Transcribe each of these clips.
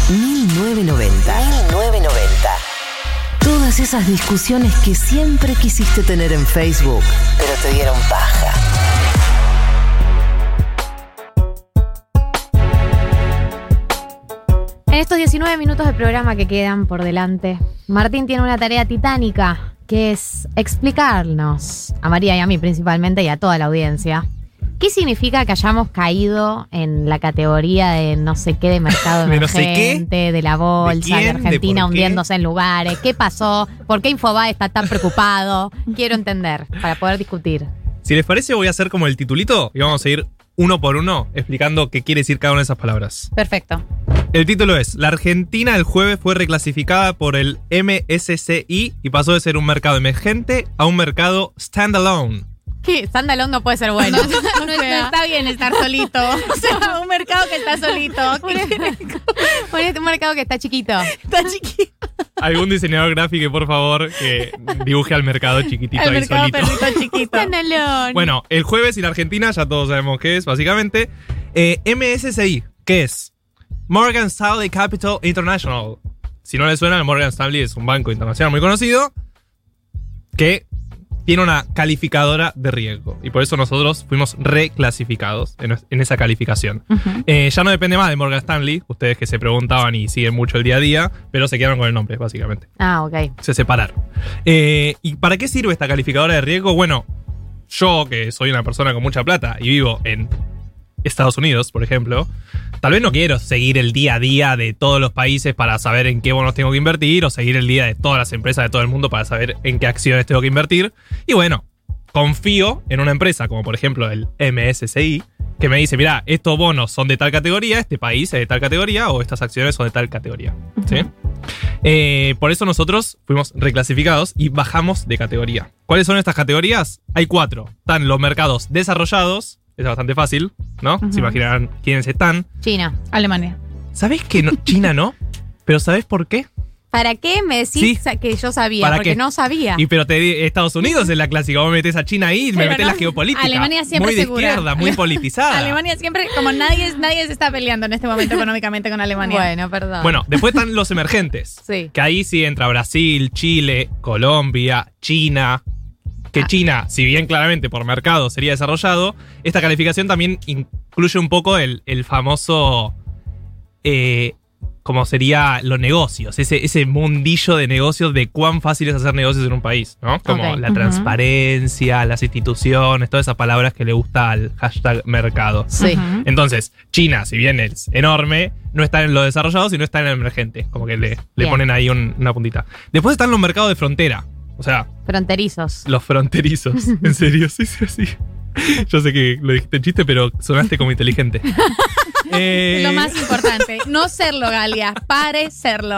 1990. Todas esas discusiones que siempre quisiste tener en Facebook, pero te dieron paja. En estos 19 minutos de programa que quedan por delante, Martín tiene una tarea titánica, que es explicarnos, a María y a mí principalmente, y a toda la audiencia, ¿qué significa que hayamos caído en la categoría de no sé qué de mercado de no sé emergente, qué, de la bolsa, de Argentina de hundiéndose en lugares? ¿Qué pasó? ¿Por qué Infobae está tan preocupado? Quiero entender, para poder discutir. Si les parece, voy a hacer como el titulito y vamos a ir uno por uno explicando qué quiere decir cada una de esas palabras. Perfecto. El título es: la Argentina el jueves fue reclasificada por el MSCI y pasó de ser un mercado emergente a un mercado standalone. ¿Qué? Standalone no puede ser bueno. No está bien estar solito. O sea, un mercado que está solito. Un mercado que está chiquito. Está chiquito. Algún diseñador gráfico, por favor, que dibuje al mercado chiquitito El ahí mercado solito. perrito chiquito. Standalone. Bueno, el jueves y la Argentina, ya todos sabemos qué es, básicamente. MSCI, ¿qué es? Morgan Stanley Capital International. Si no le suena, el Morgan Stanley es un banco internacional muy conocido que tiene una calificadora de riesgo. Y por eso nosotros fuimos reclasificados en esa calificación. Ya no depende más de Morgan Stanley, ustedes que se preguntaban y siguen mucho el día a día, pero se quedaron con el nombre, básicamente. Ah, ok. Se separaron. ¿Y para qué sirve esta calificadora de riesgo? Bueno, yo, que soy una persona con mucha plata y vivo en Estados Unidos, por ejemplo, tal vez no quiero seguir el día a día de todos los países para saber en qué bonos tengo que invertir, o seguir el día de todas las empresas de todo el mundo para saber en qué acciones tengo que invertir. Y bueno, confío en una empresa como por ejemplo el MSCI, que me dice, mira, estos bonos son de tal categoría, este país es de tal categoría, o estas acciones son de tal categoría. ¿Sí? Por eso nosotros fuimos reclasificados y bajamos de categoría. ¿Cuáles son estas categorías? Hay 4. Están los mercados desarrollados. Es bastante fácil, ¿no? Se imaginarán quiénes están. China. Alemania. ¿Sabés que no, China no? ¿Pero sabés por qué? ¿Para qué me decís que yo sabía? ¿Para Porque qué? no sabía. Y pero Estados Unidos es la clásica. Vos metés a China ahí, me Pero metés no. la geopolítica. Alemania siempre muy de segura. izquierda, muy politizada. Alemania siempre, como nadie se está peleando en este momento económicamente con Alemania. Bueno, perdón. Bueno, después están los emergentes. Sí. Que ahí sí entra Brasil, Chile, Colombia, China. Que China, si bien claramente por mercado sería desarrollado, esta calificación también incluye un poco el famoso, como sería los negocios, ese mundillo de negocios, de cuán fácil es hacer negocios en un país, ¿no? Como la transparencia, las instituciones, todas esas palabras que le gusta al hashtag mercado. Sí. Entonces, China, si bien es enorme, no está en lo desarrollado, sino está en el emergente. Como que le ponen ahí una puntita. Después están los mercados de frontera. O sea, fronterizos. Los fronterizos. ¿En serio? Sí, sí. Yo sé que lo dijiste en chiste, pero sonaste como inteligente. Lo más importante, no serlo, Galia, parecerlo.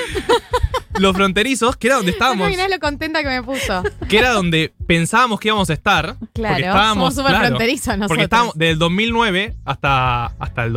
Los fronterizos, que era donde estábamos. No mirá lo contenta que me puso. Que era donde pensábamos que íbamos a estar. Claro, porque estábamos, somos súper fronterizos nosotros. Porque estábamos desde el 2009 hasta el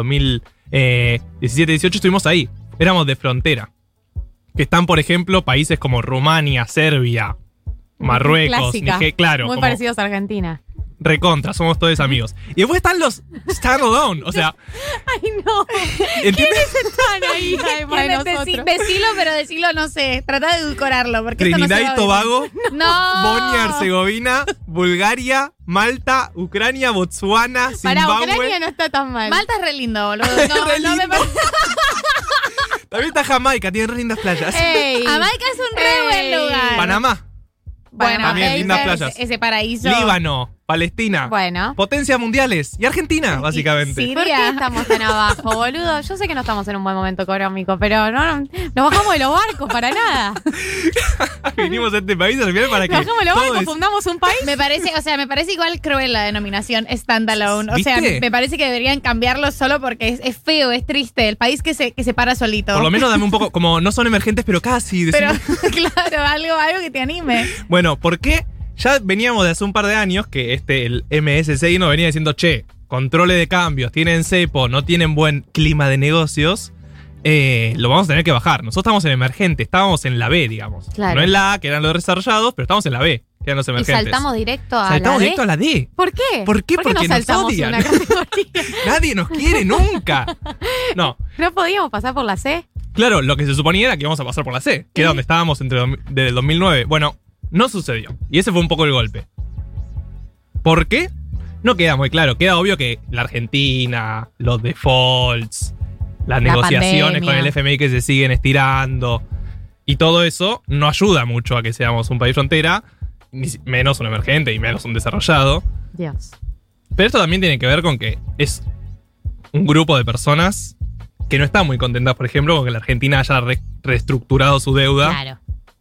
2017-18 estuvimos ahí. Éramos de frontera. Que están, por ejemplo, países como Rumania, Serbia, Marruecos, Nigeria, claro. Muy parecidos a Argentina. Recontra, somos todos amigos. Y después están los standalone, o sea. Ay, no. ¿Entiendes? Están ahí. Decilo, pero decilo, no sé. Trata de edulcorarlo. Porque Trinidad esto no se va y a Tobago, No. Bosnia, Herzegovina, Bulgaria, Malta, Ucrania, Botswana, Para Zimbabue. Ucrania no está tan mal. Malta es re lindo, boludo. Re No me lindo. parece. También está Jamaica, tienen re lindas playas. Ey. Jamaica es un re buen lugar. Panamá, Bueno, también lindas playas. Ese paraíso. Líbano, Palestina. Bueno. Potencias mundiales. Y Argentina, básicamente. Sí. ¿Por qué estamos tan abajo, boludo? Yo sé que no estamos en un buen momento económico, pero no nos bajamos de los barcos para nada. Vinimos a este país al final para que. Nos bajamos de los todo barcos, es- fundamos un país. Me parece igual cruel la denominación standalone. O sea, ¿Viste? me parece que deberían cambiarlo solo porque es feo, es triste. El país que se para solito. Por lo menos dame un poco, como no son emergentes, pero casi. Pero, decime- claro, algo que te anime. Bueno, ¿por qué? Ya veníamos de hace un par de años que el MSCI nos venía diciendo, che, controles de cambios, tienen cepo, no tienen buen clima de negocios, lo vamos a tener que bajar. Nosotros estamos en emergente, estábamos en la B, digamos. Claro. No en la A, que eran los desarrollados, pero estamos en la B, que eran los Y emergentes. saltamos directo a Saltamos la D. directo a la D. ¿Por qué? ¿Por qué? no Porque nos saltamos odian. una categoría? Nadie nos quiere nunca. No, ¿No podíamos pasar por la C? Claro, lo que se suponía era que íbamos a pasar por la C, que era donde estábamos desde el 2009. Bueno, no sucedió. Y ese fue un poco el golpe. ¿Por qué? No queda muy claro. Queda obvio que la Argentina, los defaults, las negociaciones pandemia con el FMI que se siguen estirando y todo eso no ayuda mucho a que seamos un país frontera, ni menos un emergente y menos un desarrollado. Dios. Pero esto también tiene que ver con que es un grupo de personas que no están muy contentas, por ejemplo, con que la Argentina haya reestructurado su deuda. Claro.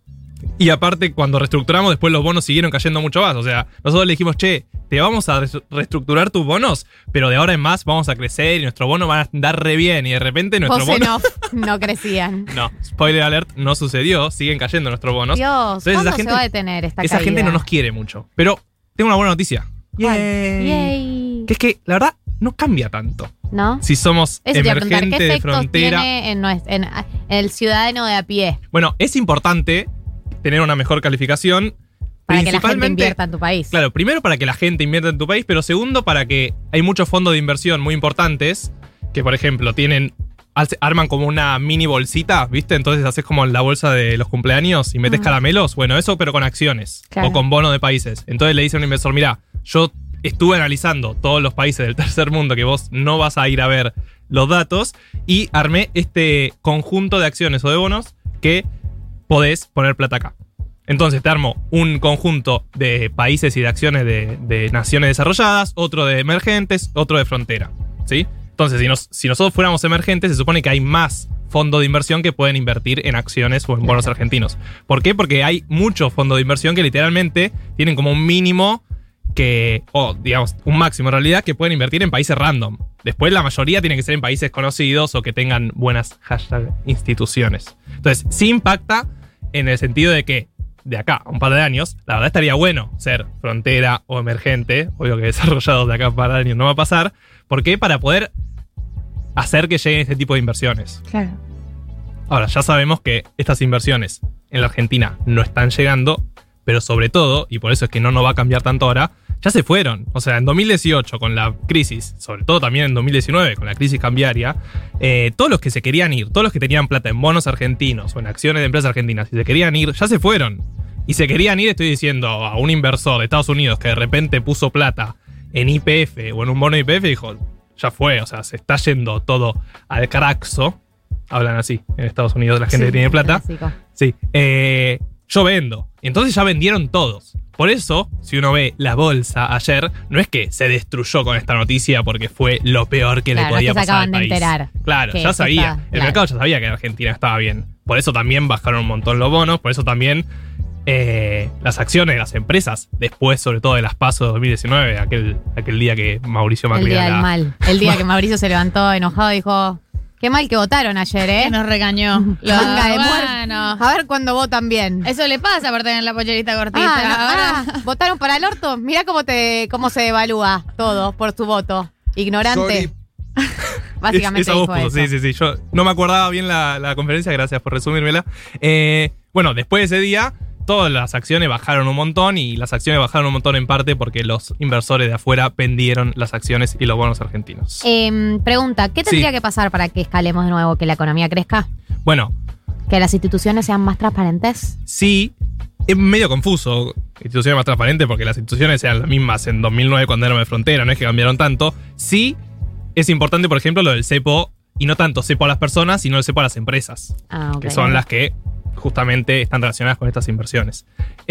Y aparte, cuando reestructuramos, después los bonos siguieron cayendo mucho más. O sea, nosotros le dijimos, che, te vamos a reestructurar tus bonos, pero de ahora en más vamos a crecer y nuestros bonos van a andar re bien. Y de repente nuestros bonos... no crecían. No, spoiler alert, no sucedió. Siguen cayendo nuestros bonos. Dios, Entonces, ¿cuándo se va a detener esta esa caída? gente no nos quiere mucho. Pero tengo una buena noticia. ¿Cuál? Yay. Yay. Que es que, la verdad, no cambia tanto. ¿No? Si somos Eso te iba a preguntar, emergente ¿qué de efectos frontera. tiene en el ciudadano de a pie Bueno, es importante tener una mejor calificación. para que la gente principalmente, invierta en tu país? Claro, primero para que la gente invierta en tu país, pero segundo para que hay muchos fondos de inversión muy importantes que, por ejemplo, arman como una mini bolsita, ¿viste? Entonces haces como la bolsa de los cumpleaños y metes caramelos. Bueno, eso pero con acciones Claro. o con bonos de países. Entonces le dice a un inversor, mira, yo estuve analizando todos los países del tercer mundo que vos no vas a ir a ver los datos y armé este conjunto de acciones o de bonos que podés poner plata acá. Entonces te armo un conjunto de países y de acciones de naciones desarrolladas, otro de emergentes, otro de frontera, ¿sí? Entonces, si nosotros fuéramos emergentes, se supone que hay más fondos de inversión que pueden invertir en acciones o en bonos argentinos. ¿Por qué? Porque hay muchos fondos de inversión que literalmente tienen como un mínimo o digamos, un máximo en realidad, que pueden invertir en países random. Después la mayoría tiene que ser en países conocidos o que tengan buenas #instituciones. Entonces, sí impacta en el sentido de que de acá a un par de años, la verdad estaría bueno ser frontera o emergente. Obvio que desarrollados de acá a un par de años no va a pasar. ¿Por qué? Para poder hacer que lleguen este tipo de inversiones. Claro. Ahora, ya sabemos que estas inversiones en la Argentina no están llegando, pero sobre todo, y por eso es que no nos va a cambiar tanto ahora, ya se fueron. O sea, en 2018 con la crisis, sobre todo también en 2019 con la crisis cambiaria, todos los que se querían ir, todos los que tenían plata en bonos argentinos o en acciones de empresas argentinas, si se querían ir, ya se fueron. Y se querían ir, estoy diciendo, a un inversor de Estados Unidos que de repente puso plata en YPF o en un bono YPF y dijo, ya fue, o sea, se está yendo todo al caraxo. Hablan así en Estados Unidos la gente que tiene plata. Clásico. Sí. Yo vendo. Entonces ya vendieron todos. Por eso, si uno ve la bolsa ayer, no es que se destruyó con esta noticia porque fue lo peor que le Claro, podía es que se pasar al acaban de país. enterar Claro, que ya sabía. está- El claro. mercado ya sabía que Argentina estaba bien. Por eso también bajaron un montón los bonos. Por eso también las acciones de las empresas, después sobre todo de las PASO de 2019, aquel día que Mauricio El Macri día era del la- mal. El día que Mauricio se levantó enojado y dijo, qué mal que votaron ayer, Que nos regañó. Manga de muerto. Bueno, A ver cuándo votan bien. eso le pasa por tener la pollerita cortita. Ahora, ¿votaron para el orto? Mirá cómo se evalúa todo por tu voto. Ignorante. Básicamente Esa voz dijo puso, eso. sí. Yo no me acordaba bien la conferencia, gracias por resumírmela. Bueno, después de ese día, todas las acciones bajaron un montón y las acciones bajaron un montón en parte porque los inversores de afuera vendieron las acciones y los bonos argentinos. Pregunta, ¿qué tendría Sí. que pasar para que escalemos de nuevo, que la economía crezca? Bueno, ¿Que las instituciones sean más transparentes? sí, es medio confuso instituciones más transparentes porque las instituciones sean las mismas en 2009 cuando éramos de frontera, no es que cambiaron tanto. Sí, es importante, por ejemplo, lo del cepo, y no tanto cepo a las personas, sino el cepo a las empresas. Ah, ok. Que son las que justamente están relacionadas con estas inversiones.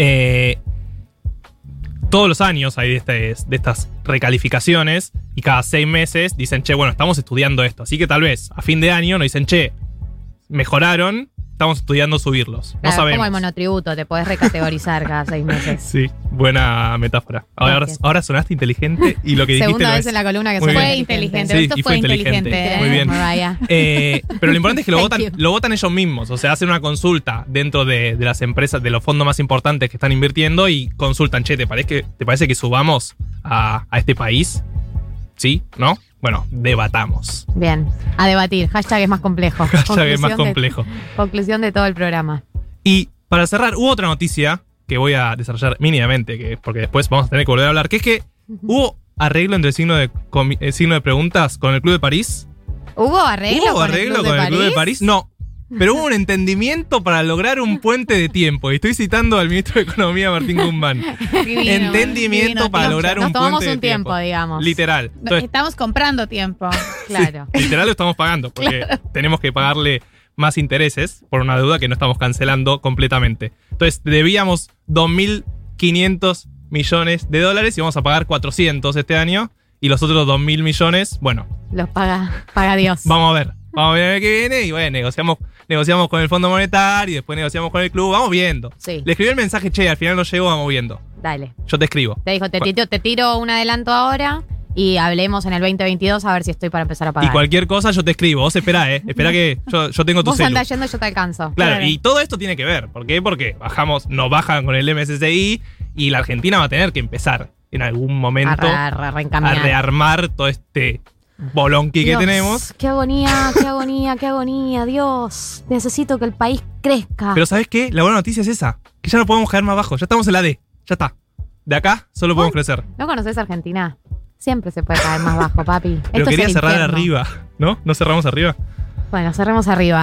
Todos los años hay de estas recalificaciones y cada 6 meses dicen, che, bueno, estamos estudiando esto. Así que tal vez a fin de año nos dicen, che, mejoraron, estamos estudiando subirlos. No Claro, es sabemos. como el monotributo, te podés recategorizar cada 6 meses. Sí, buena metáfora. Gracias. Ahora sonaste inteligente y lo que dijiste Segunda lo vez es. en la columna que Muy soy bien. fue inteligente. Sí, Esto y fue fue inteligente. inteligente. Muy bien. Mariah. Pero lo importante es que Thank you. lo votan ellos mismos. O sea, hacen una consulta dentro de las empresas, de los fondos más importantes que están invirtiendo y consultan, che, ¿te parece que subamos a este país? ¿Sí? ¿No? Bueno, debatamos. Bien, a debatir. Hashtag es más complejo. Hashtag es más Conclusión complejo. Conclusión de todo el programa. Y para cerrar, hubo otra noticia que voy a desarrollar mínimamente, porque después vamos a tener que volver a hablar, que es que hubo arreglo entre el signo de preguntas con el Club de París. ¿Hubo arreglo ¿Hubo arreglo con el Club de París? No. pero hubo un entendimiento para lograr un puente de tiempo. Y estoy citando al ministro de Economía, Martín Guzmán. Entendimiento para lograr un Nos tomamos puente de un tiempo, digamos. Literal. Entonces, Estamos comprando tiempo. Claro. literal lo estamos pagando, porque tenemos que pagarle más intereses por una deuda que no estamos cancelando completamente. Entonces, debíamos 2.500 millones de dólares y vamos a pagar 400 este año. Y los otros 2.000 millones, bueno. Los paga Dios. Vamos a ver el año que viene y bueno, negociamos con el Fondo Monetario y después negociamos con el club, vamos viendo. Sí. Le escribí el mensaje, che, al final no llegó, vamos viendo. Dale. Yo te escribo. Te dijo, te tiro un adelanto ahora y hablemos en el 2022 a ver si estoy para empezar a pagar. Y cualquier cosa yo te escribo, vos esperá, Esperá que yo tengo tu Vos celu. andás yendo y yo te alcanzo. Claro, y todo esto tiene que ver. ¿Por qué? Porque nos bajan con el MSCI y la Argentina va a tener que empezar en algún momento a rearmar todo este bolonqui que tenemos. Qué agonía, Dios. Necesito que el país crezca. Pero ¿sabes qué? La buena noticia es esa, que ya no podemos caer más abajo, ya estamos en la D, ya está. De acá solo podemos crecer. ¿No conoces Argentina? Siempre se puede caer más bajo, papi. Pero Esto quería es el cerrar infierno. arriba, ¿no? ¿No cerramos arriba? Bueno, cerremos arriba.